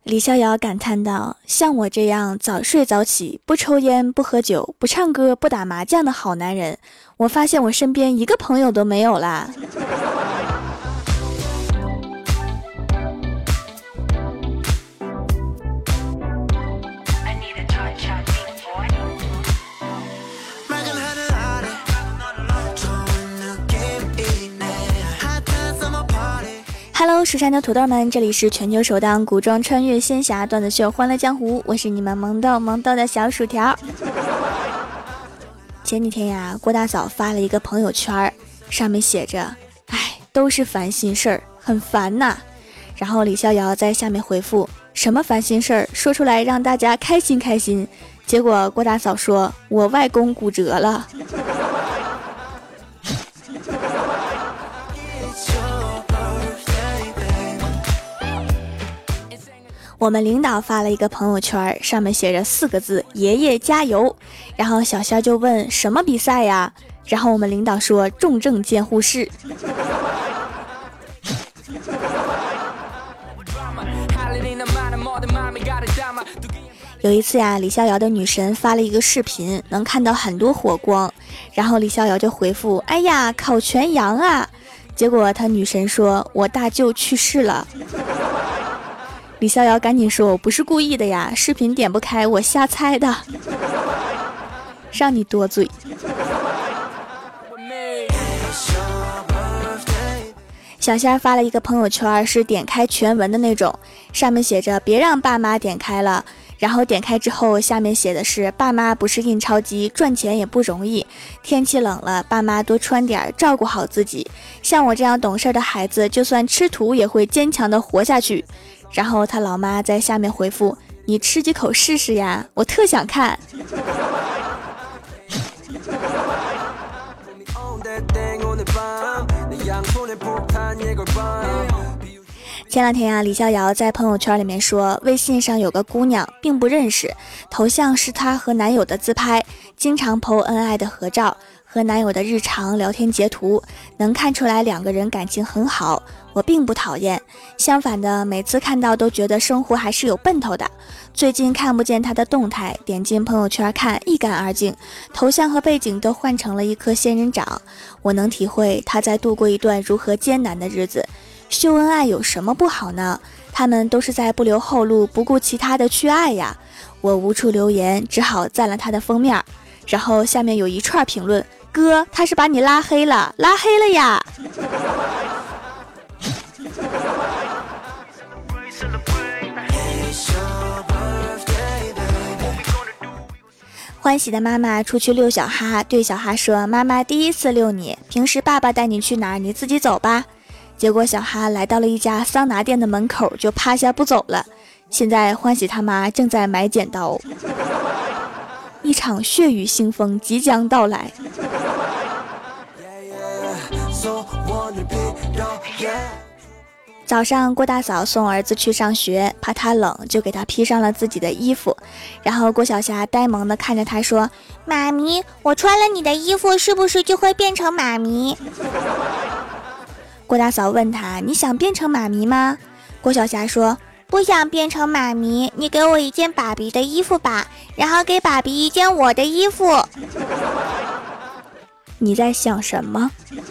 李逍遥感叹道：像我这样早睡早起，不抽烟不喝酒，不唱歌不打麻将的好男人，我发现我身边一个朋友都没有啦。Hello， 蜀山的土豆们，这里是全球首档古装穿越仙侠段子秀《欢乐江湖》，我是你们萌豆的小薯条。前几天呀，郭大嫂发了一个朋友圈，上面写着：“哎，都是烦心事儿，很烦呐。”然后李逍遥在下面回复：“什么烦心事儿？说出来让大家开心开心。”结果郭大嫂说：“我外公骨折了。”我们领导发了一个朋友圈，上面写着4个字：爷爷加油。然后小仙就问什么比赛呀？然后我们领导说重症监护室。有一次呀，李逍遥的女神发了一个视频，能看到很多火光，然后李逍遥就回复：哎呀，烤全羊啊。结果他女神说：我大舅去世了。李逍遥赶紧说：我不是故意的呀，视频点不开，我瞎猜的。让你多嘴。小仙发了一个朋友圈，是点开全文的那种，上面写着别让爸妈点开了，然后点开之后下面写的是爸妈不是印钞机，赚钱也不容易，天气冷了爸妈多穿点，照顾好自己，像我这样懂事的孩子就算吃土也会坚强的活下去。然后他老妈在下面回复：你吃几口试试呀，我特想看。前两天呀，李逍遥在朋友圈里面说，微信上有个姑娘并不认识，头像是她和男友的自拍，经常 po 恩爱的合照，和男友的日常聊天截图，能看出来两个人感情很好。我并不讨厌，相反的，每次看到都觉得生活还是有奔头的。最近看不见她的动态，点进朋友圈看，一干二净，头像和背景都换成了一颗仙人掌。我能体会她在度过一段如何艰难的日子。秀恩爱有什么不好呢？他们都是在不留后路，不顾其他的去爱呀。我无处留言，只好赞了她的封面。然后下面有一串评论：哥，他是把你拉黑了，拉黑了呀。欢喜的妈妈出去遛小哈，对小哈说：妈妈第一次遛你，平时爸爸带你去哪儿，你自己走吧。结果小哈来到了一家桑拿店的门口，就趴下不走了。现在欢喜他妈正在买剪刀。一场血雨腥风即将到来。早上郭大嫂送儿子去上学，怕他冷，就给他披上了自己的衣服。然后郭晓霞呆萌地看着他说：妈咪，我穿了你的衣服是不是就会变成妈咪？郭大嫂问他：你想变成妈咪吗？郭晓霞说：不想变成妈咪，你给我一件爸比的衣服吧，然后给爸比一件我的衣服。你在想什么？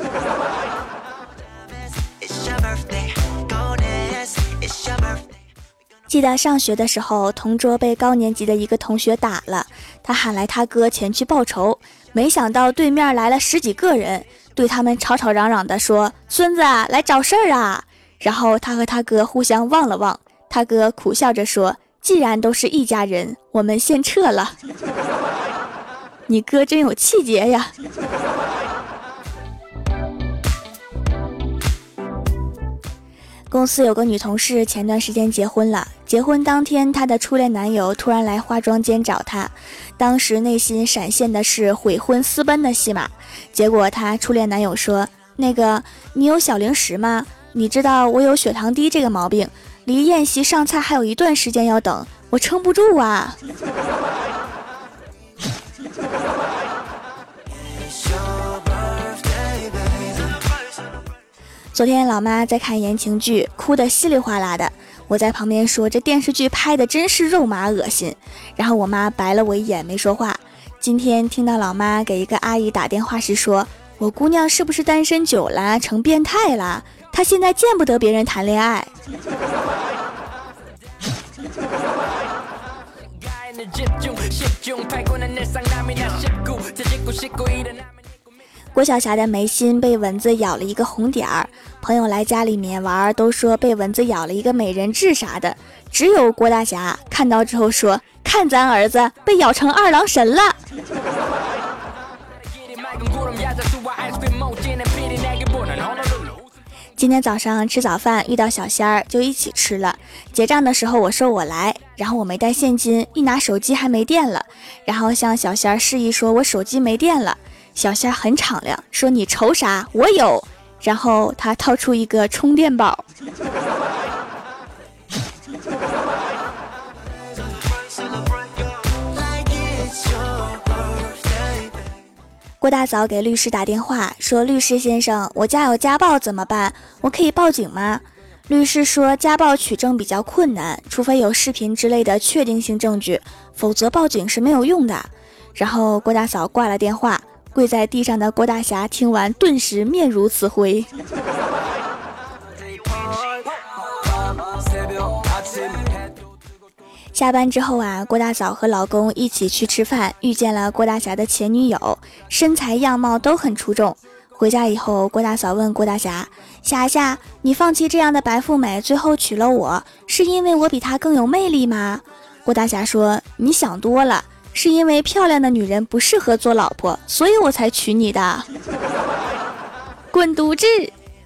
记得上学的时候，同桌被高年级的一个同学打了，他喊来他哥前去报仇，没想到对面来了10几个人，对他们吵吵嚷嚷的说：孙子来找事儿啊。然后他和他哥互相望了望，他哥苦笑着说：既然都是一家人，我们先撤了。你哥真有气节呀。公司有个女同事前段时间结婚了，结婚当天她的初恋男友突然来化妆间找她，当时内心闪现的是悔婚私奔的戏码。结果她初恋男友说：那个你有小零食吗？你知道我有血糖低这个毛病，离宴席上菜还有一段时间要等，我撑不住啊。昨天老妈在看言情剧，哭得稀里哗啦的， 我在旁边说这电视剧拍的真是肉麻恶心，然后我妈白了我一眼没说话。今天听到老妈给一个阿姨打电话时说，我姑娘是不是单身久了成变态了，她现在见不得别人谈恋爱。郭晓霞的眉心被蚊子咬了一个红点儿，朋友来家里面玩都说被蚊子咬了一个美人痣啥的，只有郭大侠看到之后说，看咱儿子被咬成二郎神了。今天早上吃早饭遇到小仙儿就一起吃了，结账的时候我说我来，然后我没带现金，一拿手机还没电了，然后向小仙儿示意说我手机没电了，小仙儿很敞亮说你愁啥我有，然后他掏出一个充电宝。郭大嫂给律师打电话说，律师先生，我家有家暴怎么办？我可以报警吗？律师说，家暴取证比较困难，除非有视频之类的确定性证据，否则报警是没有用的。然后郭大嫂挂了电话，跪在地上的郭大侠听完顿时面如死灰。下班之后啊，郭大嫂和老公一起去吃饭，遇见了郭大侠的前女友，身材样貌都很出众。回家以后，郭大嫂问郭大侠，侠侠，你放弃这样的白富美，最后娶了我，是因为我比她更有魅力吗？郭大侠说，你想多了，是因为漂亮的女人不适合做老婆，所以我才娶你的。滚犊子！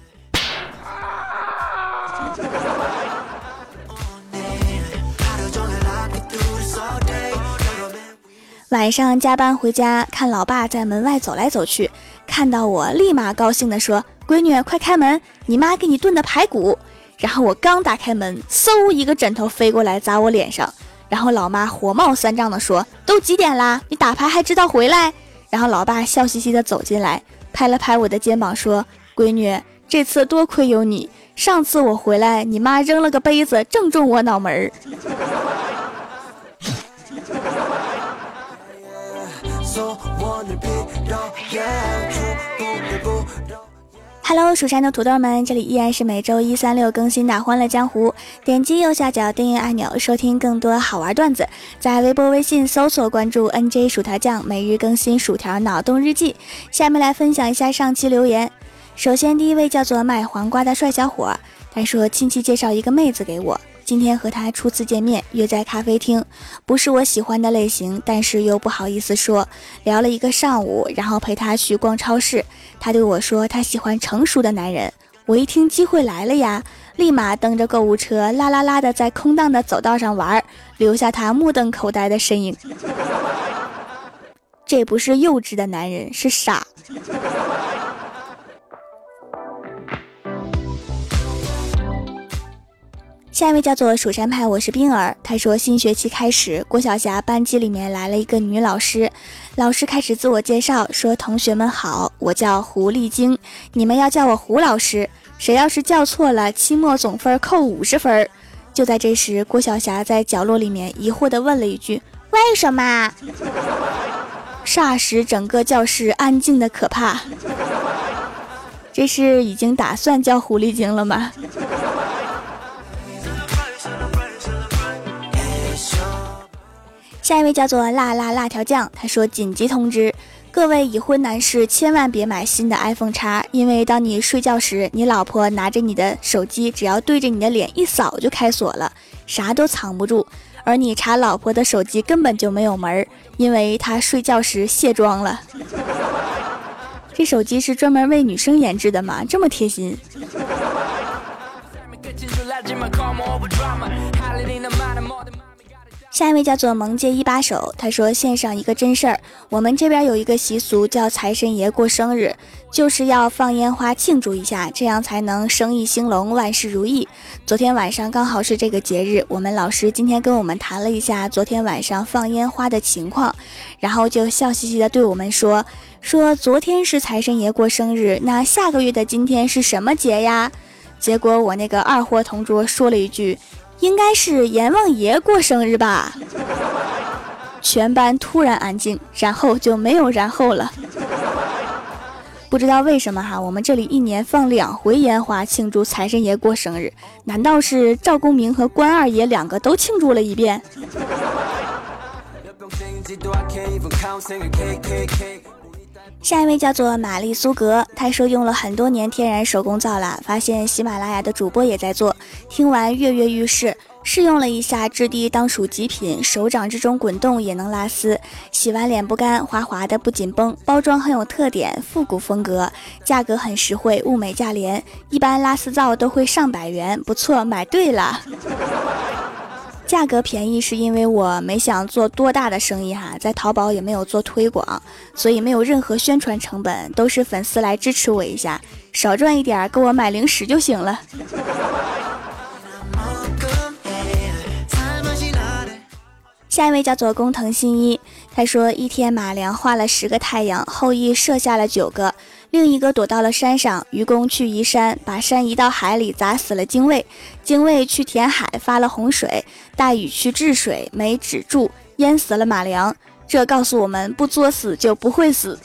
晚上加班回家，看老爸在门外走来走去，看到我立马高兴地说，闺女快开门，你妈给你炖的排骨。然后我刚打开门，嗖一个枕头飞过来砸我脸上，然后老妈火冒三丈地说，都几点啦，你打牌还知道回来？然后老爸笑嘻嘻地走进来，拍了拍我的肩膀说，闺女，这次多亏有你，上次我回来你妈扔了个杯子正中我脑门儿。Hello， 蜀山的土豆们，这里依然是每周一、三、六更新的《欢乐江湖》。点击右下角订阅按钮，收听更多好玩段子。在微博、微信搜索关注 NJ 薯条酱，每日更新薯条脑洞日记。下面来分享一下上期留言。首先，第一位叫做卖黄瓜的帅小伙，他说亲戚介绍一个妹子给我。今天和他初次见面，约在咖啡厅，不是我喜欢的类型，但是又不好意思说，聊了一个上午，然后陪他去逛超市。他对我说他喜欢成熟的男人，我一听机会来了呀，立马蹬着购物车啦啦啦的在空荡的走道上玩，留下他目瞪口呆的身影。这不是幼稚的男人，是傻。下一位叫做蜀山派，我是冰儿。他说新学期开始，郭晓霞班级里面来了一个女老师，老师开始自我介绍说，同学们好，我叫胡丽晶，你们要叫我胡老师，谁要是叫错了，期末总分扣50分。就在这时，郭晓霞在角落里面疑惑地问了一句，为什么？霎时整个教室安静的可怕。这是已经打算叫狐狸精了吗？下一位叫做辣辣辣条酱，他说紧急通知，各位已婚男士千万别买新的 iPhone X， 因为当你睡觉时，你老婆拿着你的手机，只要对着你的脸一扫就开锁了，啥都藏不住，而你查老婆的手机根本就没有门，因为她睡觉时卸妆了。这手机是专门为女生研制的吗？这么贴心。下一位叫做萌界一把手，他说线上一个真事儿，我们这边有一个习俗叫财神爷过生日，就是要放烟花庆祝一下，这样才能生意兴隆，万事如意。昨天晚上刚好是这个节日，我们老师今天跟我们谈了一下昨天晚上放烟花的情况，然后就笑嘻嘻的对我们说昨天是财神爷过生日，那下个月的今天是什么节呀？结果我那个二货同桌说了一句， 应该是阎王爷过生日吧。全班突然安静，然后就没有然后了。不知道为什么哈，我们这里一年放2回烟花庆祝财神爷过生日，难道是赵公明和关二爷2个都庆祝了一遍？下一位叫做玛丽苏格，他说用了很多年天然手工皂了，发现喜马拉雅的主播也在做，听完跃跃欲试，试用了一下，质地当属极品，手掌之中滚动也能拉丝，洗完脸不干，滑滑的不紧绷，包装很有特点，复古风格，价格很实惠，物美价廉，一般拉丝皂都会上百元，不错，买对了。价格便宜是因为我没想做多大的生意哈，在淘宝也没有做推广，所以没有任何宣传成本，都是粉丝来支持我一下，少赚一点给我买零食就行了。下一位叫做工藤新一，他说一天马良画了10个太阳，后羿射下了9个，另一个躲到了山上，愚公去移山，把山移到海里，砸死了精卫，精卫去填海，发了洪水，大禹去治水，没止住，淹死了马良。这告诉我们，不作死就不会死。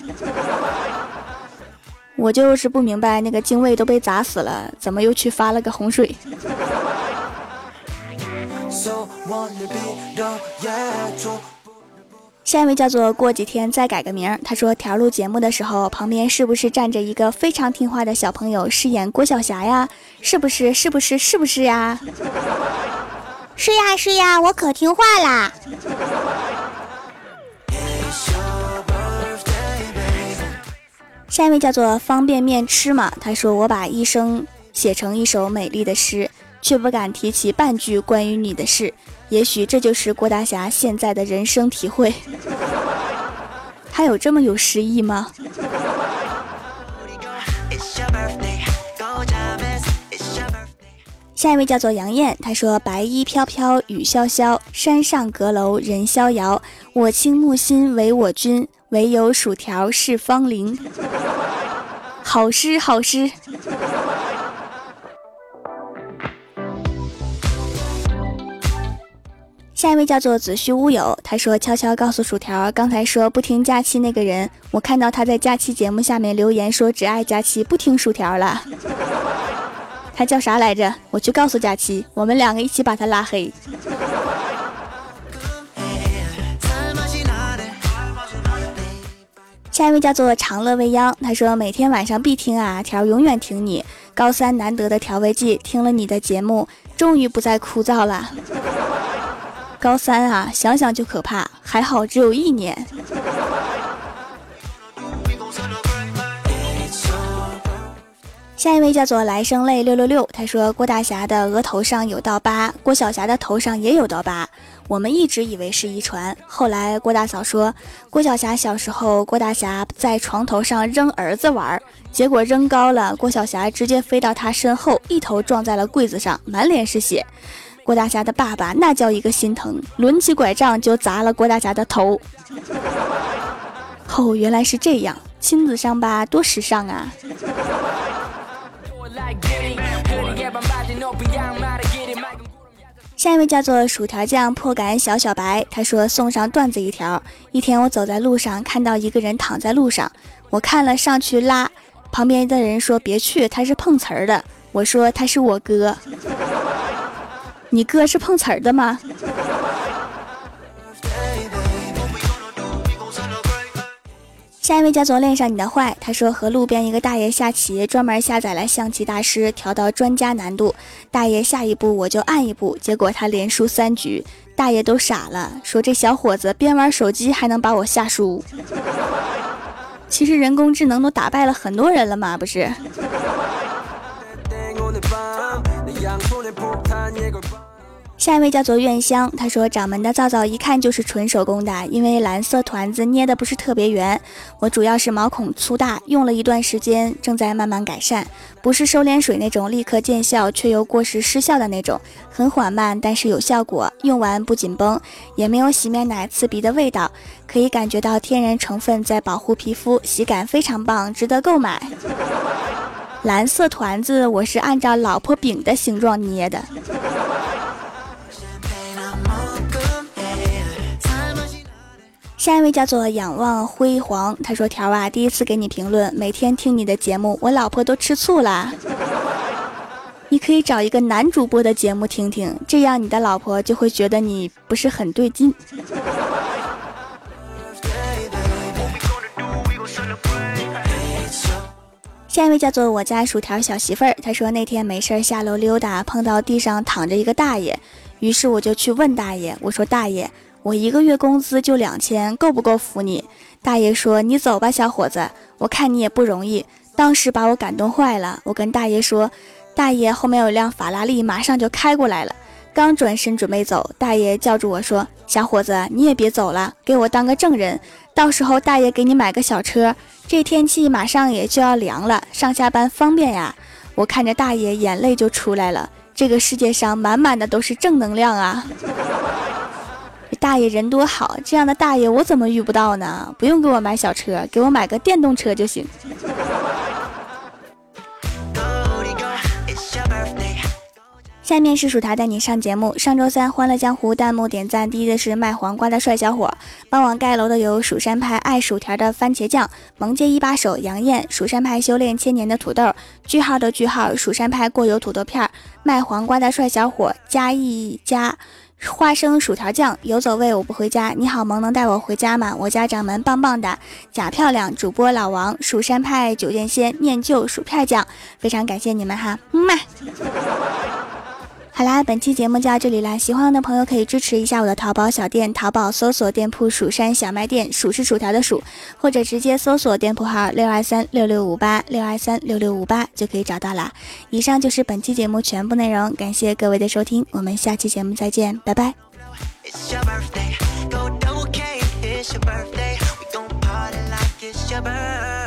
我就是不明白，那个精卫都被砸死了，怎么又去发了个洪水？下一位叫做过几天再改个名，他说条录节目的时候，旁边是不是站着一个非常听话的小朋友饰演郭晓霞呀？是不是呀？是呀，我可听话啦。下一位叫做方便面吃嘛，他说我把一生写成一首美丽的诗，却不敢提起半句关于你的事，也许这就是郭大侠现在的人生体会。他有这么有诗意吗？下一位叫做杨艳，他说白衣飘飘雨潇潇，山上阁楼人逍遥，我倾木心为我君，唯有薯条是芳龄。好诗好诗。下一位叫做子虚乌有，他说悄悄告诉薯条，刚才说不听假期那个人，我看到他在假期节目下面留言说只爱假期不听薯条了。他叫啥来着？我去告诉假期，我们2个一起把他拉黑。下一位叫做长乐未央，他说每天晚上必听啊，条永远听你，高3难得的调味剂，听了你的节目终于不再枯燥了。高3啊，想想就可怕，还好只有1年。下一位叫做来生泪666，他说郭大侠的额头上有道疤，郭晓霞的头上也有道疤，我们一直以为是遗传，后来郭大嫂说郭晓霞小时候郭大侠在床头上扔儿子玩，结果扔高了，郭晓霞直接飞到他身后，一头撞在了柜子上，满脸是血。郭大侠的爸爸那叫一个心疼，抡起拐杖就砸了郭大侠的头。哦，原来是这样，亲子伤疤多时尚啊。下一位叫做薯条酱破杆小小白，他说送上段子一条，一天我走在路上看到一个人躺在路上，我看了上去拉，旁边的人说别去，他是碰瓷儿的，我说他是我哥。你哥是碰瓷儿的吗？下一位叫做恋上你的坏，他说和路边一个大爷下棋，专门下载了象棋大师，调到专家难度，大爷下一步我就按一步，结果他连输3局，大爷都傻了，说这小伙子边玩手机还能把我下输。其实人工智能都打败了很多人了嘛，不是？下一位叫做苑香，他说掌门的皂皂一看就是纯手工的，因为蓝色团子捏的不是特别圆，我主要是毛孔粗大，用了一段时间，正在慢慢改善，不是收敛水那种立刻见效却又过时失效的那种，很缓慢但是有效果，用完不紧绷，也没有洗面奶刺鼻的味道，可以感觉到天然成分在保护皮肤，洗感非常棒，值得购买。蓝色团子我是按照老婆饼的形状捏的。 下一位叫做仰望辉煌，他说条啊，第一次给你评论，每天听你的节目，我老婆都吃醋啦。你可以找一个男主播的节目听听，这样你的老婆就会觉得你不是很对劲。下一位叫做我家薯条小媳妇儿，她说那天没事下楼溜达，碰到地上躺着一个大爷，于是我就去问大爷，我说大爷，我1个月工资就2000，够不够服你？大爷说你走吧小伙子，我看你也不容易。当时把我感动坏了，我跟大爷说，大爷后面有辆法拉利马上就开过来了，刚转身准备走，大爷叫住我说，小伙子你也别走了，给我当个证人，到时候大爷给你买个小车，这天气马上也就要凉了，上下班方便呀。我看着大爷眼泪就出来了，这个世界上满满的都是正能量啊。大爷人多好，这样的大爷我怎么遇不到呢？不用给我买小车，给我买个电动车就行。下面是薯条带你上节目。上周三欢乐江湖弹幕点赞第一的是卖黄瓜的帅小伙，帮忙盖楼的有蜀山派爱薯条的番茄酱，萌界一把手杨艳，蜀山派修炼1000年的土豆，句号的句号，蜀山派过油土豆片，卖黄瓜的帅小伙加一加花生薯条酱，游走位我不回家，你好萌能带我回家吗？我家掌门棒棒的，假漂亮，主播老王，蜀山派九剑仙，念旧薯片酱，非常感谢你们哈，好啦，本期节目就到这里啦，喜欢的朋友可以支持一下我的淘宝小店，淘宝搜索店铺蜀山小卖店，蜀是薯条的蜀，或者直接搜索店铺号6236658，6236658就可以找到啦。以上就是本期节目全部内容，感谢各位的收听，我们下期节目再见，拜拜。It's your birthday, go double K, it's your birthday, we gon' party like it's your birthday.